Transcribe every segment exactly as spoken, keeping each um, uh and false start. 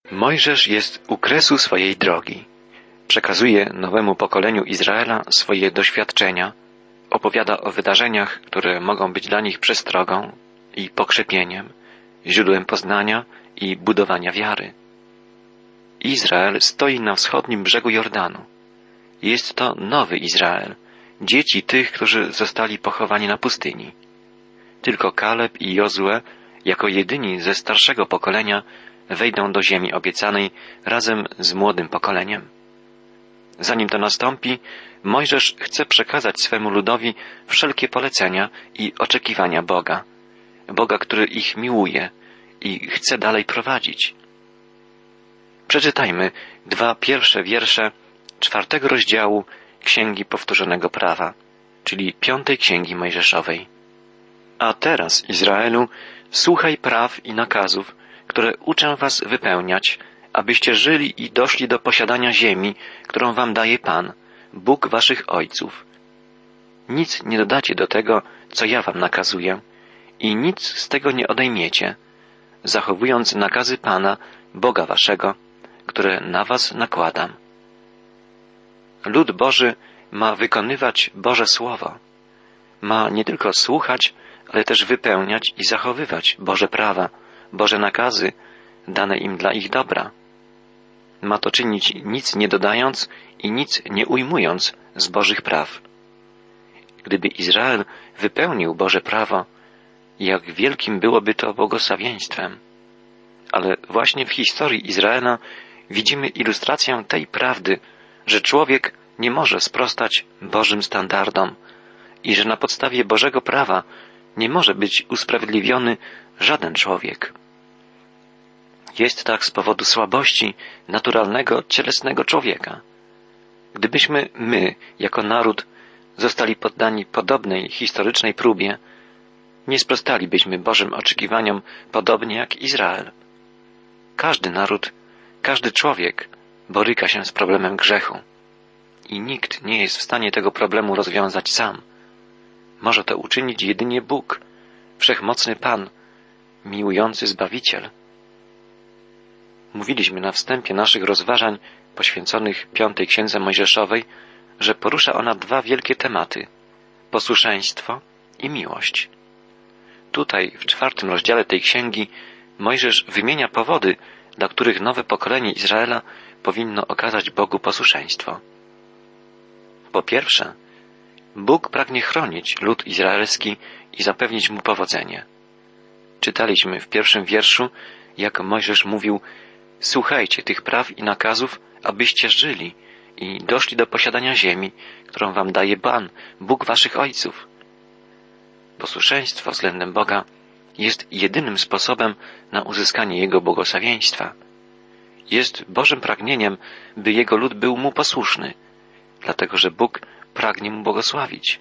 Mojżesz jest u kresu swojej drogi. Przekazuje nowemu pokoleniu Izraela swoje doświadczenia, opowiada o wydarzeniach, które mogą być dla nich przestrogą i pokrzepieniem, źródłem poznania i budowania wiary. Izrael stoi na wschodnim brzegu Jordanu. Jest to nowy Izrael, dzieci tych, którzy zostali pochowani na pustyni. Tylko Kaleb i Jozue, jako jedyni ze starszego pokolenia, wejdą do ziemi obiecanej razem z młodym pokoleniem. Zanim to nastąpi, Mojżesz chce przekazać swemu ludowi wszelkie polecenia i oczekiwania Boga, Boga, który ich miłuje i chce dalej prowadzić. Przeczytajmy dwa pierwsze wiersze czwartego rozdziału Księgi Powtórzonego Prawa, czyli piątej Księgi Mojżeszowej. A teraz, Izraelu, słuchaj praw i nakazów, które uczę was wypełniać, abyście żyli i doszli do posiadania ziemi, którą wam daje Pan, Bóg waszych ojców. Nic nie dodacie do tego, co ja wam nakazuję, i nic z tego nie odejmiecie, zachowując nakazy Pana, Boga waszego, które na was nakładam. Lud Boży ma wykonywać Boże Słowo. Ma nie tylko słuchać, ale też wypełniać i zachowywać Boże prawa, Boże nakazy, dane im dla ich dobra. Ma to czynić nic nie dodając i nic nie ujmując z Bożych praw. Gdyby Izrael wypełnił Boże prawo, jak wielkim byłoby to błogosławieństwem. Ale właśnie w historii Izraela widzimy ilustrację tej prawdy, że człowiek nie może sprostać Bożym standardom i że na podstawie Bożego prawa nie może być usprawiedliwiony żaden człowiek. Jest tak z powodu słabości naturalnego, cielesnego człowieka. Gdybyśmy my, jako naród, zostali poddani podobnej historycznej próbie, nie sprostalibyśmy Bożym oczekiwaniom podobnie jak Izrael. Każdy naród, każdy człowiek boryka się z problemem grzechu i nikt nie jest w stanie tego problemu rozwiązać sam. Może to uczynić jedynie Bóg, Wszechmocny Pan, miłujący Zbawiciel. Mówiliśmy na wstępie naszych rozważań poświęconych piątej Księdze Mojżeszowej, że porusza ona dwa wielkie tematy – posłuszeństwo i miłość. Tutaj, w czwartym rozdziale tej księgi, Mojżesz wymienia powody, dla których nowe pokolenie Izraela powinno okazać Bogu posłuszeństwo. Po pierwsze, Bóg pragnie chronić lud izraelski i zapewnić mu powodzenie. Czytaliśmy w pierwszym wierszu, jak Mojżesz mówił: słuchajcie tych praw i nakazów, abyście żyli i doszli do posiadania ziemi, którą wam daje Pan, Bóg waszych ojców. Posłuszeństwo względem Boga jest jedynym sposobem na uzyskanie Jego błogosławieństwa. Jest Bożym pragnieniem, by Jego lud był Mu posłuszny, dlatego że Bóg pragnie Mu błogosławić.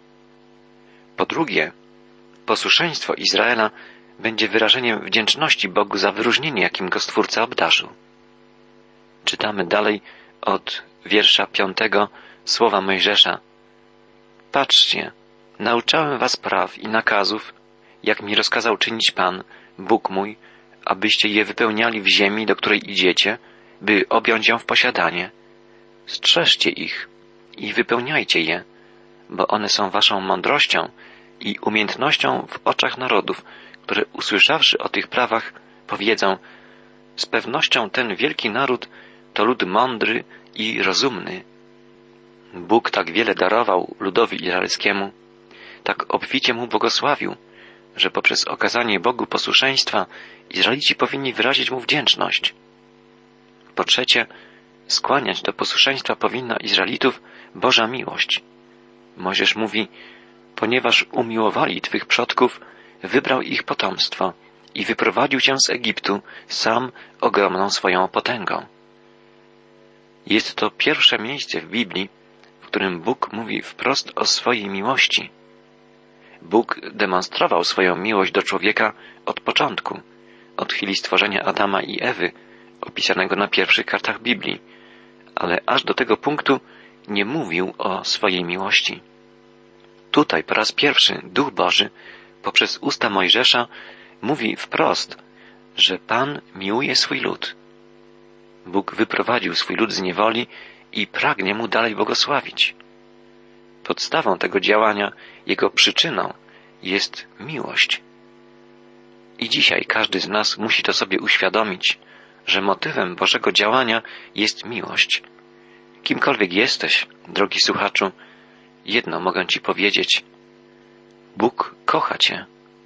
Po drugie, posłuszeństwo Izraela będzie wyrażeniem wdzięczności Bogu za wyróżnienie, jakim go Stwórca obdarzył. Czytamy dalej od wiersza piątego słowa Mojżesza. Patrzcie, nauczałem was praw i nakazów, jak mi rozkazał czynić Pan, Bóg mój, abyście je wypełniali w ziemi, do której idziecie, by objąć ją w posiadanie. Strzeżcie ich i wypełniajcie je, bo one są waszą mądrością i umiejętnością w oczach narodów, które usłyszawszy o tych prawach, powiedzą: z pewnością ten wielki naród to lud mądry i rozumny. Bóg tak wiele darował ludowi izraelskiemu, tak obficie mu błogosławił, że poprzez okazanie Bogu posłuszeństwa Izraelici powinni wyrazić mu wdzięczność. Po trzecie, skłaniać do posłuszeństwa powinna Izraelitów Boża miłość. Mojżesz mówi: ponieważ umiłowali Twych przodków, wybrał ich potomstwo i wyprowadził Cię z Egiptu sam ogromną swoją potęgą. Jest to pierwsze miejsce w Biblii, w którym Bóg mówi wprost o swojej miłości. Bóg demonstrował swoją miłość do człowieka od początku, od chwili stworzenia Adama i Ewy, opisanego na pierwszych kartach Biblii, ale aż do tego punktu nie mówił o swojej miłości. Tutaj po raz pierwszy Duch Boży poprzez usta Mojżesza mówi wprost, że Pan miłuje swój lud. Bóg wyprowadził swój lud z niewoli i pragnie mu dalej błogosławić. Podstawą tego działania, jego przyczyną jest miłość. I dzisiaj każdy z nas musi to sobie uświadomić, że motywem Bożego działania jest miłość. Kimkolwiek jesteś, drogi słuchaczu, jedno mogę Ci powiedzieć. Bóg kocha Cię.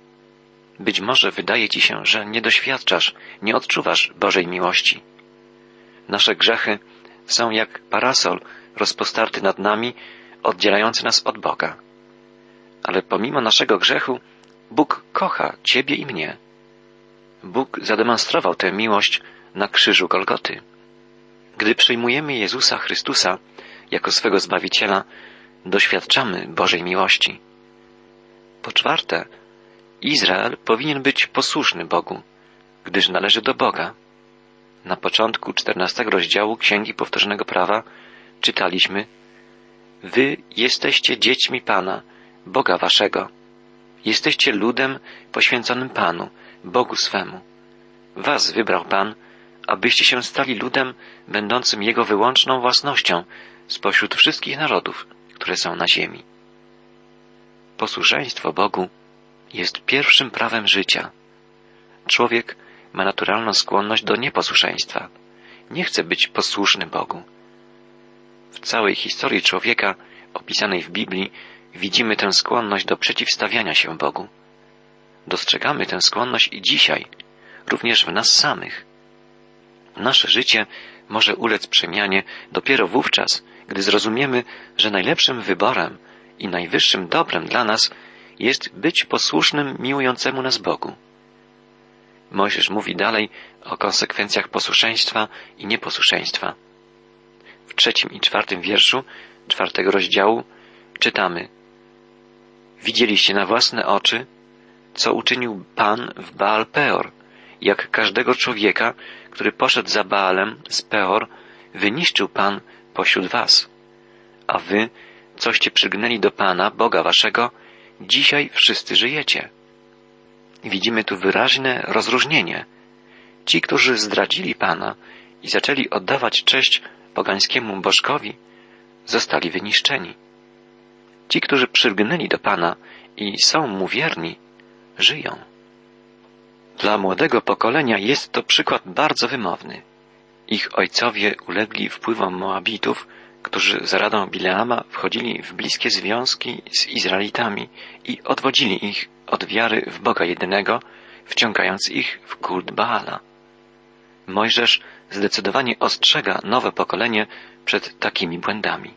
Być może wydaje Ci się, że nie doświadczasz, nie odczuwasz Bożej miłości. Nasze grzechy są jak parasol rozpostarty nad nami, oddzielający nas od Boga. Ale pomimo naszego grzechu, Bóg kocha Ciebie i mnie. Bóg zademonstrował tę miłość na krzyżu Golgoty. Gdy przyjmujemy Jezusa Chrystusa jako swego Zbawiciela, doświadczamy Bożej miłości. Po czwarte, Izrael powinien być posłuszny Bogu, gdyż należy do Boga. Na początku czternastego rozdziału Księgi Powtórzonego Prawa czytaliśmy: Wy jesteście dziećmi Pana, Boga waszego. Jesteście ludem poświęconym Panu, Bogu swemu. Was wybrał Pan, abyście się stali ludem będącym Jego wyłączną własnością spośród wszystkich narodów, które są na ziemi. Posłuszeństwo Bogu jest pierwszym prawem życia. Człowiek ma naturalną skłonność do nieposłuszeństwa. Nie chce być posłuszny Bogu. W całej historii człowieka opisanej w Biblii widzimy tę skłonność do przeciwstawiania się Bogu. Dostrzegamy tę skłonność i dzisiaj, również w nas samych. Nasze życie może ulec przemianie dopiero wówczas, gdy zrozumiemy, że najlepszym wyborem i najwyższym dobrem dla nas jest być posłusznym miłującemu nas Bogu. Mojżesz mówi dalej o konsekwencjach posłuszeństwa i nieposłuszeństwa. W trzecim i czwartym wierszu czwartego rozdziału czytamy: Widzieliście na własne oczy, co uczynił Pan w Baal Peor, jak każdego człowieka, który poszedł za Baalem z Peor, wyniszczył Pan pośród was. A wy, coście przygnęli do Pana, Boga waszego, dzisiaj wszyscy żyjecie. Widzimy tu wyraźne rozróżnienie. Ci, którzy zdradzili Pana i zaczęli oddawać cześć pogańskiemu bożkowi, zostali wyniszczeni. Ci, którzy przylgnęli do Pana i są Mu wierni, żyją. Dla młodego pokolenia jest to przykład bardzo wymowny. Ich ojcowie ulegli wpływom Moabitów, którzy za radą Bileama wchodzili w bliskie związki z Izraelitami i odwodzili ich od wiary w Boga jedynego, wciągając ich w kult Baala. Mojżesz zdecydowanie ostrzega nowe pokolenie przed takimi błędami.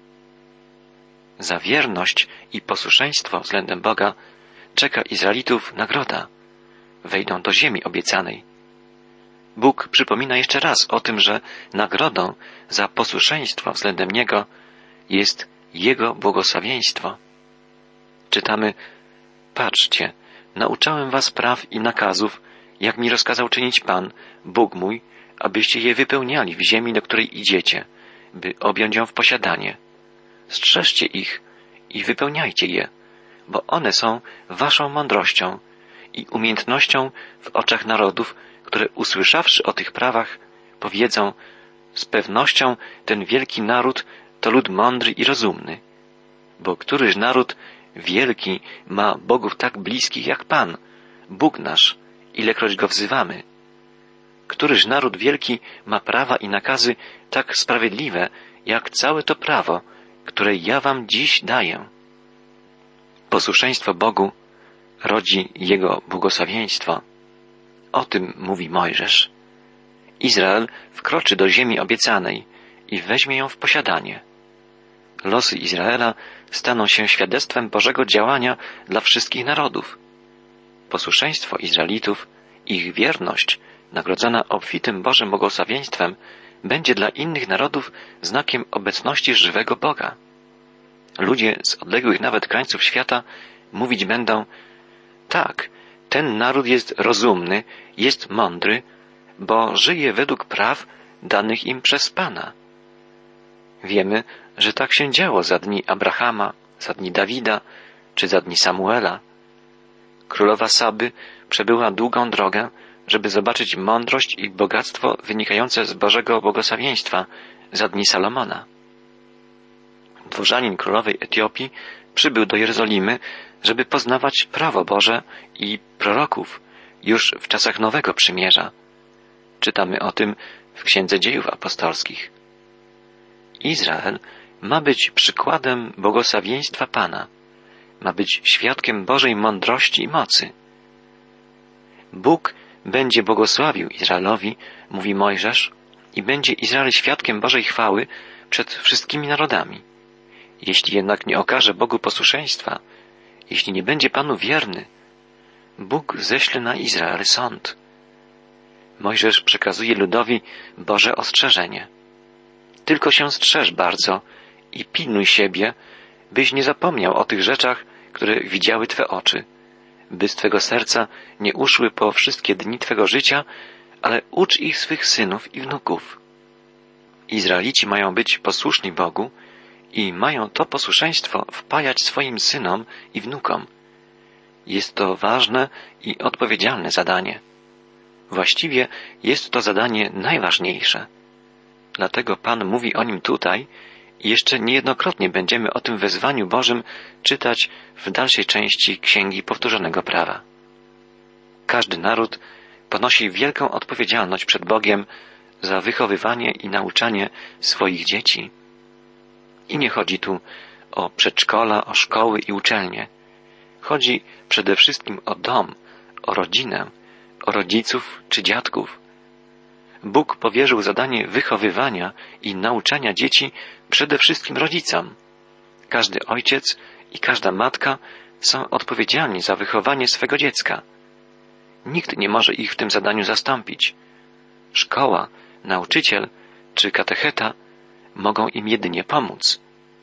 Za wierność i posłuszeństwo względem Boga czeka Izraelitów nagroda. Wejdą do ziemi obiecanej. Bóg przypomina jeszcze raz o tym, że nagrodą za posłuszeństwo względem Niego jest Jego błogosławieństwo. Czytamy: Patrzcie, nauczałem was praw i nakazów, jak mi rozkazał czynić Pan, Bóg mój, abyście je wypełniali w ziemi, do której idziecie, by objąć ją w posiadanie. Strzeżcie ich i wypełniajcie je, bo one są waszą mądrością i umiejętnością w oczach narodów, które usłyszawszy o tych prawach, powiedzą: z pewnością ten wielki naród to lud mądry i rozumny. Bo któryż naród wielki ma bogów tak bliskich jak Pan, Bóg nasz, ilekroć Go wzywamy? Któryż naród wielki ma prawa i nakazy tak sprawiedliwe, jak całe to prawo, które ja wam dziś daję? Posłuszeństwo Bogu rodzi Jego błogosławieństwo. O tym mówi Mojżesz. Izrael wkroczy do ziemi obiecanej i weźmie ją w posiadanie. Losy Izraela staną się świadectwem Bożego działania dla wszystkich narodów. Posłuszeństwo Izraelitów, ich wierność, nagrodzona obfitym Bożym błogosławieństwem, będzie dla innych narodów znakiem obecności żywego Boga. Ludzie z odległych nawet krańców świata mówić będą: tak, ten naród jest rozumny, jest mądry, bo żyje według praw danych im przez Pana. Wiemy, że tak się działo za dni Abrahama, za dni Dawida, czy za dni Samuela. Królowa Saby przebyła długą drogę, żeby zobaczyć mądrość i bogactwo wynikające z Bożego błogosławieństwa za dni Salomona. Dworzanin królowej Etiopii przybył do Jerozolimy, żeby poznawać prawo Boże i proroków już w czasach Nowego Przymierza. Czytamy o tym w Księdze Dziejów Apostolskich. Izrael ma być przykładem błogosławieństwa Pana, ma być świadkiem Bożej mądrości i mocy. Bóg będzie błogosławił Izraelowi, mówi Mojżesz, i będzie Izrael świadkiem Bożej chwały przed wszystkimi narodami. Jeśli jednak nie okaże Bogu posłuszeństwa, jeśli nie będzie Panu wierny, Bóg ześle na Izrael sąd. Mojżesz przekazuje ludowi Boże ostrzeżenie. Tylko się strzeż bardzo i pilnuj siebie, byś nie zapomniał o tych rzeczach, które widziały Twe oczy, by z Twego serca nie uszły po wszystkie dni Twego życia, ale ucz ich swych synów i wnuków. Izraelici mają być posłuszni Bogu i mają to posłuszeństwo wpajać swoim synom i wnukom. Jest to ważne i odpowiedzialne zadanie. Właściwie jest to zadanie najważniejsze. Dlatego Pan mówi o nim tutaj i jeszcze niejednokrotnie będziemy o tym wezwaniu Bożym czytać w dalszej części Księgi Powtórzonego Prawa. Każdy naród ponosi wielką odpowiedzialność przed Bogiem za wychowywanie i nauczanie swoich dzieci. I nie chodzi tu o przedszkola, o szkoły i uczelnie. Chodzi przede wszystkim o dom, o rodzinę, o rodziców czy dziadków. Bóg powierzył zadanie wychowywania i nauczania dzieci przede wszystkim rodzicom. Każdy ojciec i każda matka są odpowiedzialni za wychowanie swego dziecka. Nikt nie może ich w tym zadaniu zastąpić. Szkoła, nauczyciel czy katecheta mogą im jedynie pomóc.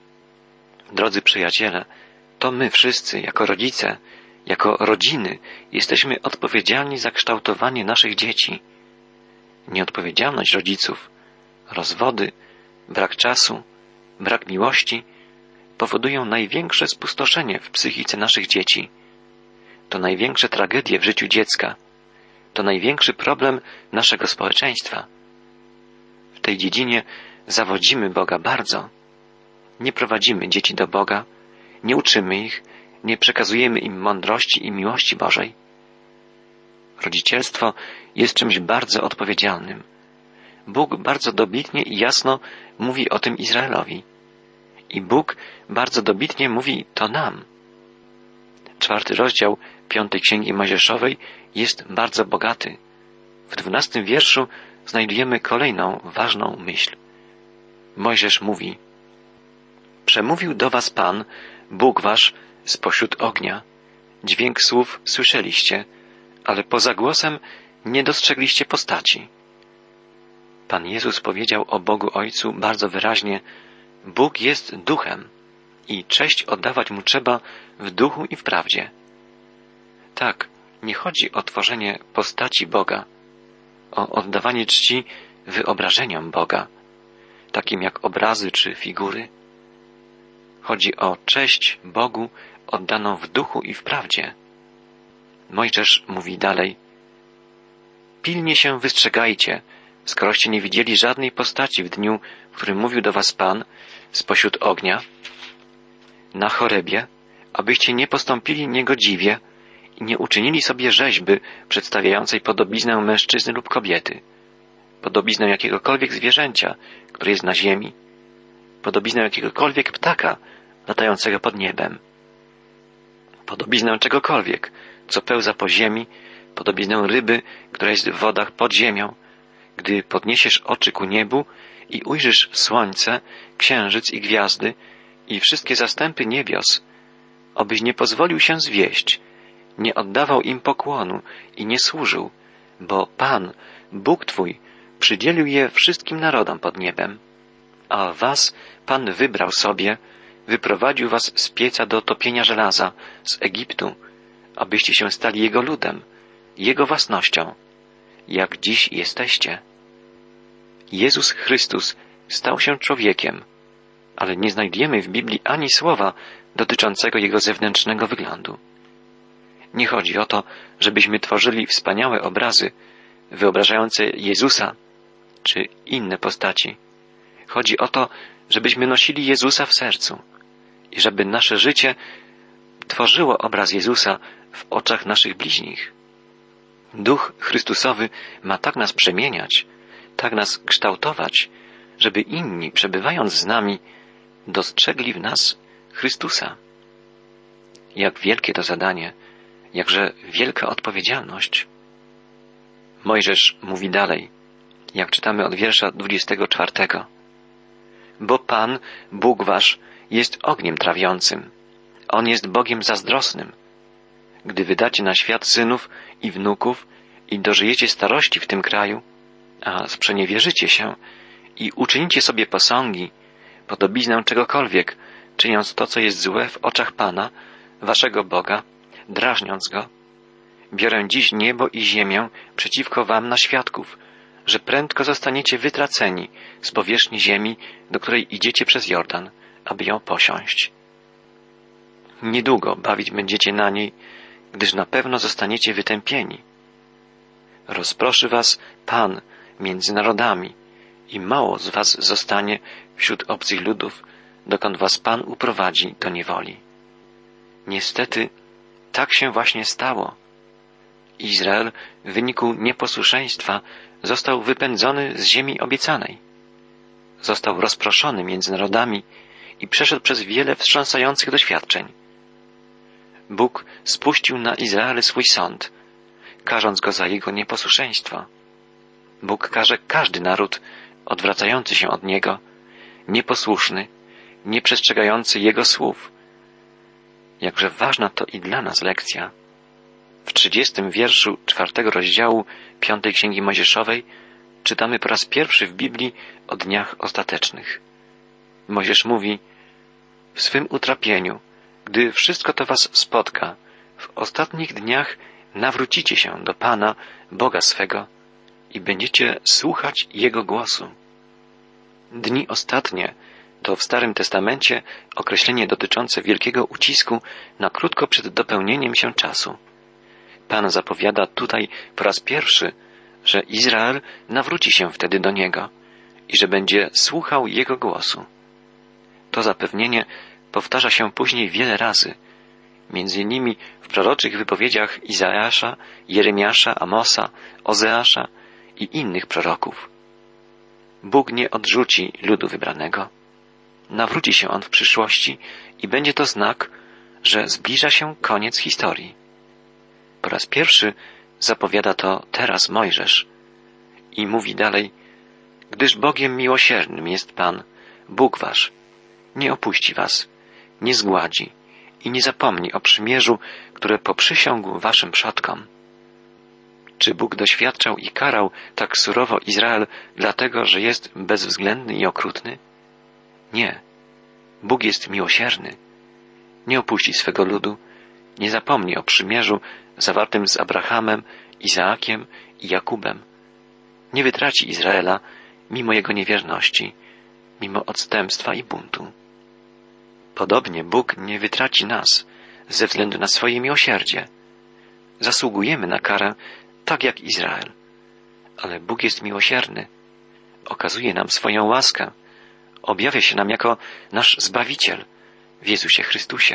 Drodzy przyjaciele, to my wszyscy, jako rodzice, jako rodziny, jesteśmy odpowiedzialni za kształtowanie naszych dzieci. Nieodpowiedzialność rodziców, rozwody, brak czasu, brak miłości powodują największe spustoszenie w psychice naszych dzieci. To największe tragedie w życiu dziecka. To największy problem naszego społeczeństwa. W tej dziedzinie zawodzimy Boga bardzo. Nie prowadzimy dzieci do Boga, nie uczymy ich, nie przekazujemy im mądrości i miłości Bożej. Rodzicielstwo jest czymś bardzo odpowiedzialnym. Bóg bardzo dobitnie i jasno mówi o tym Izraelowi. I Bóg bardzo dobitnie mówi to nam. Czwarty rozdział piątej Księgi Mojżeszowej jest bardzo bogaty. W dwunastym wierszu znajdujemy kolejną ważną myśl. Mojżesz mówi: Przemówił do was Pan, Bóg wasz, spośród ognia. Dźwięk słów słyszeliście, ale poza głosem nie dostrzegliście postaci. Pan Jezus powiedział o Bogu Ojcu bardzo wyraźnie: Bóg jest duchem i cześć oddawać Mu trzeba w duchu i w prawdzie. Tak, nie chodzi o tworzenie postaci Boga, o oddawanie czci wyobrażeniom Boga, takim jak obrazy czy figury. Chodzi o cześć Bogu oddaną w duchu i w prawdzie. Mojżesz mówi dalej: Pilnie się wystrzegajcie, skoroście nie widzieli żadnej postaci w dniu, w którym mówił do was Pan spośród ognia, na Chorebie, abyście nie postąpili niegodziwie i nie uczynili sobie rzeźby przedstawiającej podobiznę mężczyzny lub kobiety, podobiznę jakiegokolwiek zwierzęcia, które jest na ziemi, podobiznę jakiegokolwiek ptaka latającego pod niebem, podobiznę czegokolwiek, co pełza po ziemi, podobiznę ryby, która jest w wodach pod ziemią, gdy podniesiesz oczy ku niebu i ujrzysz słońce, księżyc i gwiazdy i wszystkie zastępy niebios, obyś nie pozwolił się zwieść, nie oddawał im pokłonu i nie służył, bo Pan, Bóg Twój, przydzielił je wszystkim narodom pod niebem. A was Pan wybrał sobie, wyprowadził was z pieca do topienia żelaza, z Egiptu, abyście się stali Jego ludem, Jego własnością, jak dziś jesteście. Jezus Chrystus stał się człowiekiem, ale nie znajdujemy w Biblii ani słowa dotyczącego Jego zewnętrznego wyglądu. Nie chodzi o to, żebyśmy tworzyli wspaniałe obrazy wyobrażające Jezusa czy inne postaci. Chodzi o to, żebyśmy nosili Jezusa w sercu i żeby nasze życie tworzyło obraz Jezusa w oczach naszych bliźnich. Duch Chrystusowy ma tak nas przemieniać, tak nas kształtować, żeby inni, przebywając z nami, dostrzegli w nas Chrystusa. Jak wielkie to zadanie, jakże wielka odpowiedzialność. Mojżesz mówi dalej, jak czytamy od wiersza dwudziestego czwartego. Bo Pan, Bóg wasz, jest ogniem trawiącym. On jest Bogiem zazdrosnym. Gdy wydacie na świat synów i wnuków i dożyjecie starości w tym kraju, a sprzeniewierzycie się i uczynicie sobie posągi, podobiznę czegokolwiek, czyniąc to, co jest złe w oczach Pana, waszego Boga, drażniąc Go, biorę dziś niebo i ziemię przeciwko wam na świadków, że prędko zostaniecie wytraceni z powierzchni ziemi, do której idziecie przez Jordan, aby ją posiąść. Niedługo bawić będziecie na niej, gdyż na pewno zostaniecie wytępieni. Rozproszy was Pan między narodami i mało z was zostanie wśród obcych ludów, dokąd was Pan uprowadzi do niewoli. Niestety, tak się właśnie stało. Izrael w wyniku nieposłuszeństwa został wypędzony z ziemi obiecanej. Został rozproszony między narodami i przeszedł przez wiele wstrząsających doświadczeń. Bóg spuścił na Izrael swój sąd, karząc go za jego nieposłuszeństwo. Bóg karze każdy naród odwracający się od Niego, nieposłuszny, nieprzestrzegający Jego słów. Jakże ważna to i dla nas lekcja. W trzydziestym wierszu czwartego rozdziału piątej Księgi Mojżeszowej czytamy po raz pierwszy w Biblii o dniach ostatecznych. Mojżesz mówi: w swym utrapieniu, gdy wszystko to was spotka, w ostatnich dniach nawrócicie się do Pana, Boga swego i będziecie słuchać Jego głosu. Dni ostatnie to w Starym Testamencie określenie dotyczące wielkiego ucisku na krótko przed dopełnieniem się czasu. Pan zapowiada tutaj po raz pierwszy, że Izrael nawróci się wtedy do Niego i że będzie słuchał Jego głosu. To zapewnienie powtarza się później wiele razy, między innymi w proroczych wypowiedziach Izajasza, Jeremiasza, Amosa, Ozeasza i innych proroków. Bóg nie odrzuci ludu wybranego. Nawróci się on w przyszłości i będzie to znak, że zbliża się koniec historii. Po raz pierwszy zapowiada to teraz Mojżesz i mówi dalej: gdyż Bogiem miłosiernym jest Pan, Bóg wasz, nie opuści was, nie zgładzi i nie zapomni o przymierzu, które poprzysiągł waszym przodkom. Czy Bóg doświadczał i karał tak surowo Izrael dlatego, że jest bezwzględny i okrutny? Nie. Bóg jest miłosierny. Nie opuści swego ludu, nie zapomni o przymierzu zawartym z Abrahamem, Izaakiem i Jakubem. Nie wytraci Izraela mimo jego niewierności, mimo odstępstwa i buntu. Podobnie Bóg nie wytraci nas ze względu na swoje miłosierdzie. Zasługujemy na karę tak jak Izrael, ale Bóg jest miłosierny. Okazuje nam swoją łaskę. Objawia się nam jako nasz Zbawiciel w Jezusie Chrystusie.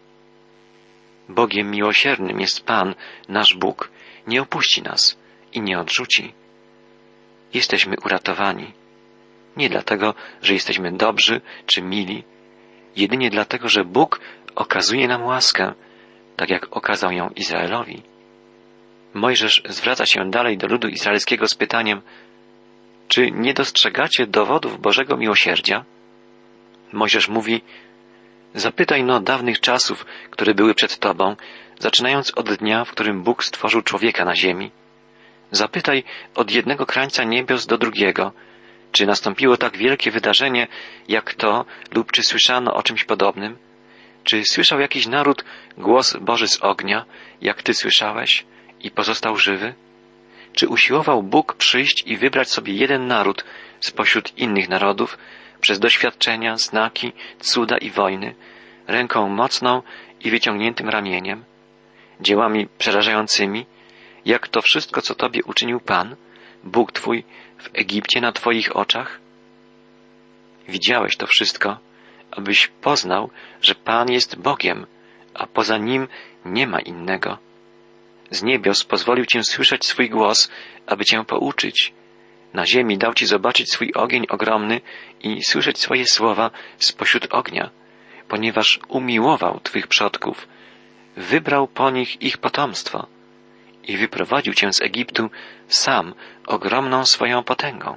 Bogiem miłosiernym jest Pan, nasz Bóg, nie opuści nas i nie odrzuci. Jesteśmy uratowani. Nie dlatego, że jesteśmy dobrzy czy mili, jedynie dlatego, że Bóg okazuje nam łaskę, tak jak okazał ją Izraelowi. Mojżesz zwraca się dalej do ludu izraelskiego z pytaniem: czy nie dostrzegacie dowodów Bożego miłosierdzia? Mojżesz mówi: zapytaj no dawnych czasów, które były przed tobą, zaczynając od dnia, w którym Bóg stworzył człowieka na ziemi. Zapytaj od jednego krańca niebios do drugiego, czy nastąpiło tak wielkie wydarzenie, jak to, lub czy słyszano o czymś podobnym? Czy słyszał jakiś naród głos Boży z ognia, jak ty słyszałeś, i pozostał żywy? Czy usiłował Bóg przyjść i wybrać sobie jeden naród spośród innych narodów przez doświadczenia, znaki, cuda i wojny, ręką mocną i wyciągniętym ramieniem, dziełami przerażającymi, jak to wszystko, co Tobie uczynił Pan, Bóg Twój, w Egipcie na Twoich oczach? Widziałeś to wszystko, abyś poznał, że Pan jest Bogiem, a poza Nim nie ma innego. Z niebios pozwolił Cię słyszeć swój głos, aby Cię pouczyć. Na ziemi dał Ci zobaczyć swój ogień ogromny i słyszeć swoje słowa spośród ognia, ponieważ umiłował Twych przodków, wybrał po nich ich potomstwo i wyprowadził Cię z Egiptu sam ogromną swoją potęgą.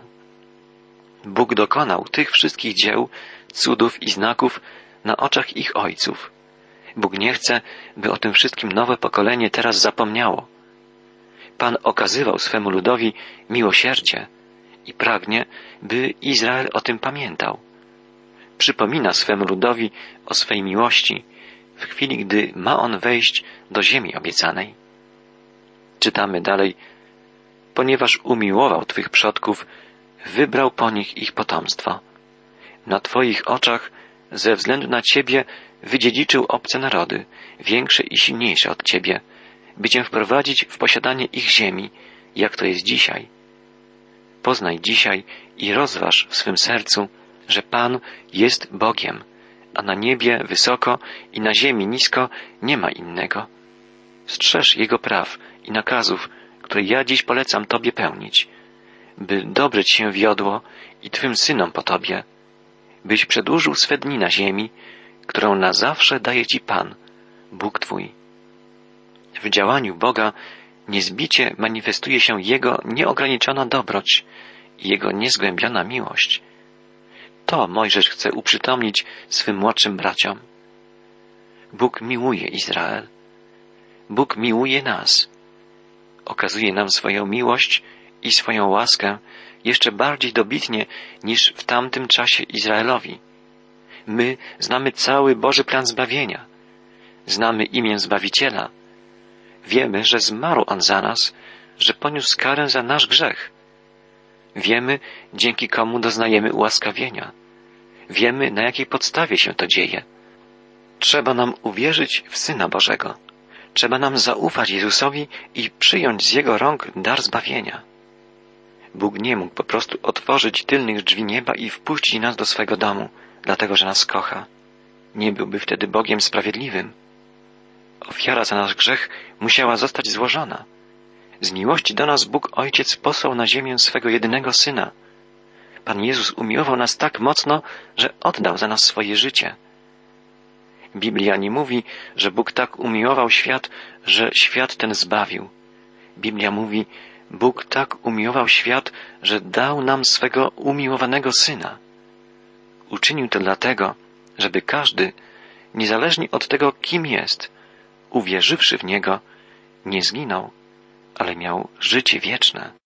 Bóg dokonał tych wszystkich dzieł, cudów i znaków na oczach ich ojców. Bóg nie chce, by o tym wszystkim nowe pokolenie teraz zapomniało. Pan okazywał swemu ludowi miłosierdzie i pragnie, by Izrael o tym pamiętał. Przypomina swemu ludowi o swej miłości w chwili, gdy ma on wejść do ziemi obiecanej. Czytamy dalej: ponieważ umiłował Twych przodków, wybrał po nich ich potomstwo. Na Twoich oczach ze względu na Ciebie wydziedziczył obce narody, większe i silniejsze od Ciebie, by Cię wprowadzić w posiadanie ich ziemi, jak to jest dzisiaj. Poznaj dzisiaj i rozważ w swym sercu, że Pan jest Bogiem, a na niebie wysoko i na ziemi nisko nie ma innego. Strzeż Jego praw i nakazów, które ja dziś polecam Tobie pełnić, by dobrze Ci się wiodło i Twym synom po Tobie, byś przedłużył swe dni na ziemi, którą na zawsze daje Ci Pan, Bóg Twój. W działaniu Boga niezbicie manifestuje się Jego nieograniczona dobroć i Jego niezgłębiona miłość. To Mojżesz chce uprzytomnić swym młodszym braciom. Bóg miłuje Izrael. Bóg miłuje nas. Okazuje nam swoją miłość i swoją łaskę jeszcze bardziej dobitnie niż w tamtym czasie Izraelowi. My znamy cały Boży plan zbawienia. Znamy imię Zbawiciela. Wiemy, że zmarł On za nas, że poniósł karę za nasz grzech. Wiemy, dzięki komu doznajemy ułaskawienia. Wiemy, na jakiej podstawie się to dzieje. Trzeba nam uwierzyć w Syna Bożego. Trzeba nam zaufać Jezusowi i przyjąć z Jego rąk dar zbawienia. Bóg nie mógł po prostu otworzyć tylnych drzwi nieba i wpuścić nas do swego domu, dlatego że nas kocha. Nie byłby wtedy Bogiem sprawiedliwym. Ofiara za nasz grzech musiała zostać złożona. Z miłości do nas Bóg Ojciec posłał na ziemię swego jedynego Syna. Pan Jezus umiłował nas tak mocno, że oddał za nas swoje życie. Biblia nie mówi, że Bóg tak umiłował świat, że świat ten zbawił. Biblia mówi, Bóg tak umiłował świat, że dał nam swego umiłowanego Syna. Uczynił to dlatego, żeby każdy, niezależnie od tego, kim jest, uwierzywszy w Niego, nie zginął, ale miał życie wieczne.